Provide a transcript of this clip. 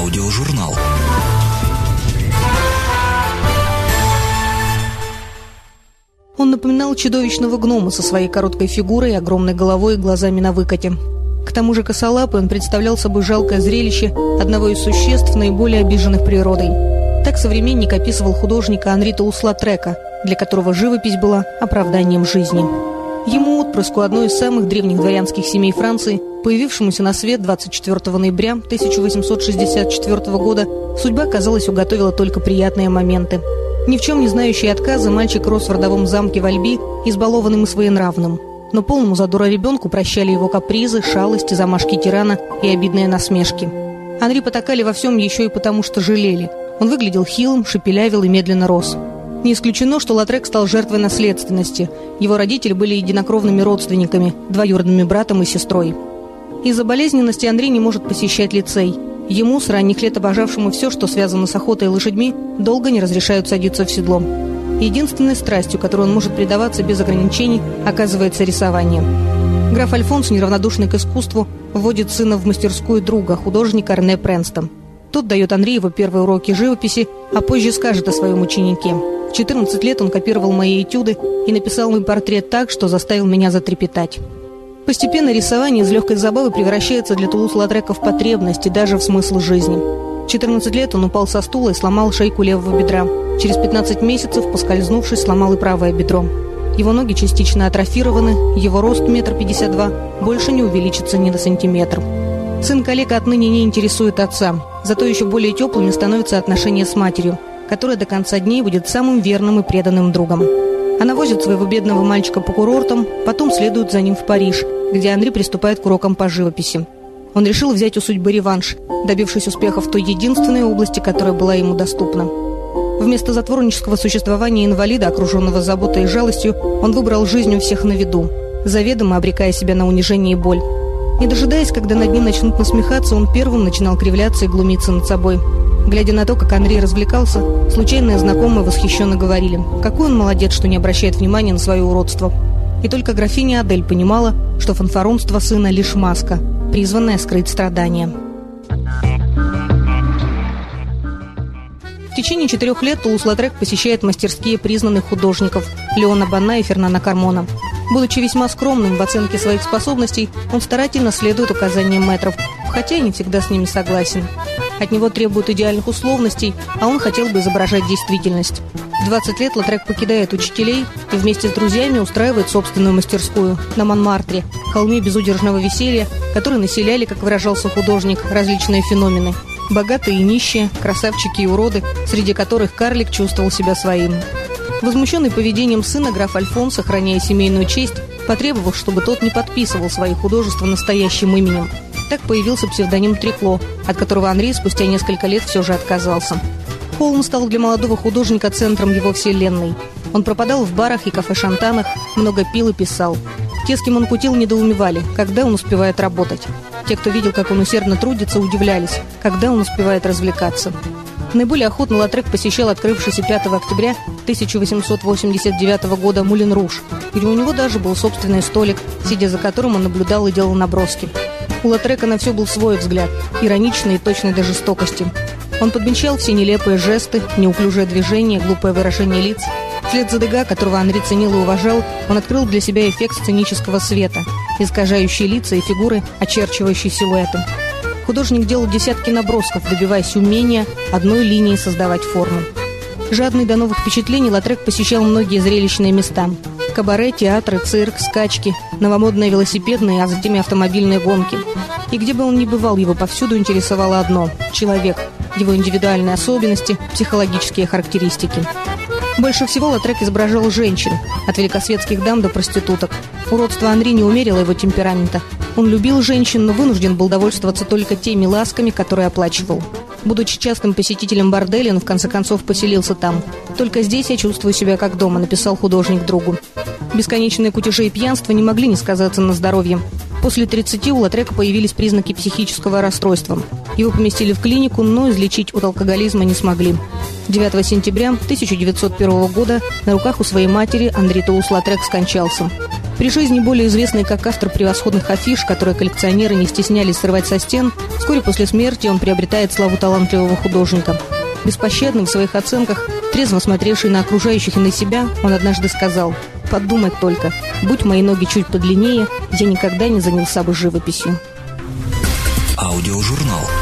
Аудиожурнал. Он напоминал чудовищного гнома со своей короткой фигурой, огромной головой и глазами на выкате. К тому же косолапый он представлял собой жалкое зрелище одного из существ, наиболее обиженных природой. Так современник описывал художника Анри Толус-Лотрека, для которого живопись была оправданием жизни. Ему, отпрыску одной из самых древних дворянских семей Франции, появившемуся на свет 24 ноября 1864 года, судьба, казалось, уготовила только приятные моменты. Ни в чем не знающий отказа, мальчик рос в родовом замке в Альби, избалованным и своенравным. Но полному задора ребенку прощали его капризы, шалости, замашки тирана и обидные насмешки. Анри потакали во всем еще и потому, что жалели. Он выглядел хилым, шепелявил и медленно рос. Не исключено, что Лотрек стал жертвой наследственности. Его родители были единокровными родственниками, двоюродными братом и сестрой. Из-за болезненности Анри не может посещать лицей. Ему, с ранних лет обожавшему все, что связано с охотой и лошадьми, долго не разрешают садиться в седло. Единственной страстью, которой он может предаваться без ограничений, оказывается рисование. Граф Альфонс, неравнодушный к искусству, вводит сына в мастерскую друга, художника Рене Пренста. Тот дает Анри его первые уроки живописи, а позже скажет о своем ученике. В 14 лет он копировал мои этюды и написал мой портрет так, что заставил меня затрепетать. Постепенно рисование из легкой забавы превращается для Толус-Лотрека в потребность и даже в смысл жизни. В 14 лет он упал со стула и сломал шейку левого бедра. Через 15 месяцев, поскользнувшись, сломал и правое бедро. Его ноги частично атрофированы, его рост 1,52 м больше не увеличится ни на сантиметр. Сын коллега отныне не интересует отца, зато еще более теплыми становятся отношения с матерью, которая до конца дней будет самым верным и преданным другом. Она возит своего бедного мальчика по курортам, потом следует за ним в Париж, где Анри приступает к урокам по живописи. Он решил взять у судьбы реванш, добившись успеха в той единственной области, которая была ему доступна. Вместо затворнического существования инвалида, окруженного заботой и жалостью, он выбрал жизнь у всех на виду, заведомо обрекая себя на унижение и боль. Не дожидаясь, когда над ним начнут насмехаться, он первым начинал кривляться и глумиться над собой. Глядя на то, как Анри развлекался, случайные знакомые восхищенно говорили: какой он молодец, что не обращает внимания на свое уродство. И только графиня Адель понимала, что фанфаронство сына лишь маска, призванная скрыть страдания. В течение 4 лет Толус-Лотрек посещает мастерские признанных художников Леона Бонна и Фернана Кармона. Будучи весьма скромным в оценке своих способностей, он старательно следует указаниям мэтров, хотя и не всегда с ними согласен. От него требуют идеальных условностей, а он хотел бы изображать действительность. В 20 лет Лотрек покидает учителей и вместе с друзьями устраивает собственную мастерскую на Монмартре, холме безудержного веселья, который населяли, как выражался художник, различные феномены. Богатые и нищие, красавчики и уроды, среди которых карлик чувствовал себя своим. Возмущенный поведением сына, граф Альфонс, сохраняя семейную честь, потребовал, чтобы тот не подписывал свои художества настоящим именем. Так появился псевдоним Трекло, от которого Анри спустя несколько лет все же отказался. Холм стал для молодого художника центром его вселенной. Он пропадал в барах и кафе-шантанах, много пил и писал. Те, с кем он кутил, недоумевали, когда он успевает работать. Те, кто видел, как он усердно трудится, удивлялись, когда он успевает развлекаться. Наиболее охотно Лотрек посещал открывшийся 5 октября 1889 года Мулен Руж, где у него даже был собственный столик, сидя за которым он наблюдал и делал наброски. У Лотрека на все был свой взгляд, ироничный и точный до жестокости. Он подмечал все нелепые жесты, неуклюжие движения, глупое выражение лиц. Вслед за Дега, которого Анри ценил и уважал, он открыл для себя эффект сценического света, искажающий лица и фигуры, очерчивающие силуэты. Художник делал десятки набросков, добиваясь умения одной линии создавать форму. Жадный до новых впечатлений, Лотрек посещал многие зрелищные места. Кабаре, театры, цирк, скачки, новомодные велосипедные, а затем и автомобильные гонки. И где бы он ни бывал, его повсюду интересовало одно – человек, его индивидуальные особенности, психологические характеристики. Больше всего Лотрек изображал женщин, от великосветских дам до проституток. Уродство Анри не умерило его темперамента. Он любил женщин, но вынужден был довольствоваться только теми ласками, которые оплачивал. Будучи частым посетителем борделя, он в конце концов поселился там. «Только здесь я чувствую себя как дома», — написал художник другу. Бесконечные кутежи и пьянства не могли не сказаться на здоровье. После 30 у Лотрека появились признаки психического расстройства. Его поместили в клинику, но излечить от алкоголизма не смогли. 9 сентября 1901 года на руках у своей матери Анри Толус-Лотрек скончался. При жизни более известный как автор превосходных афиш, которые коллекционеры не стеснялись срывать со стен, вскоре после смерти он приобретает славу талантливого художника. Беспощадный в своих оценках, трезво смотревший на окружающих и на себя, он однажды сказал: «Подумать только, будь мои ноги чуть подлиннее, я никогда не занялся бы живописью». Аудиожурнал.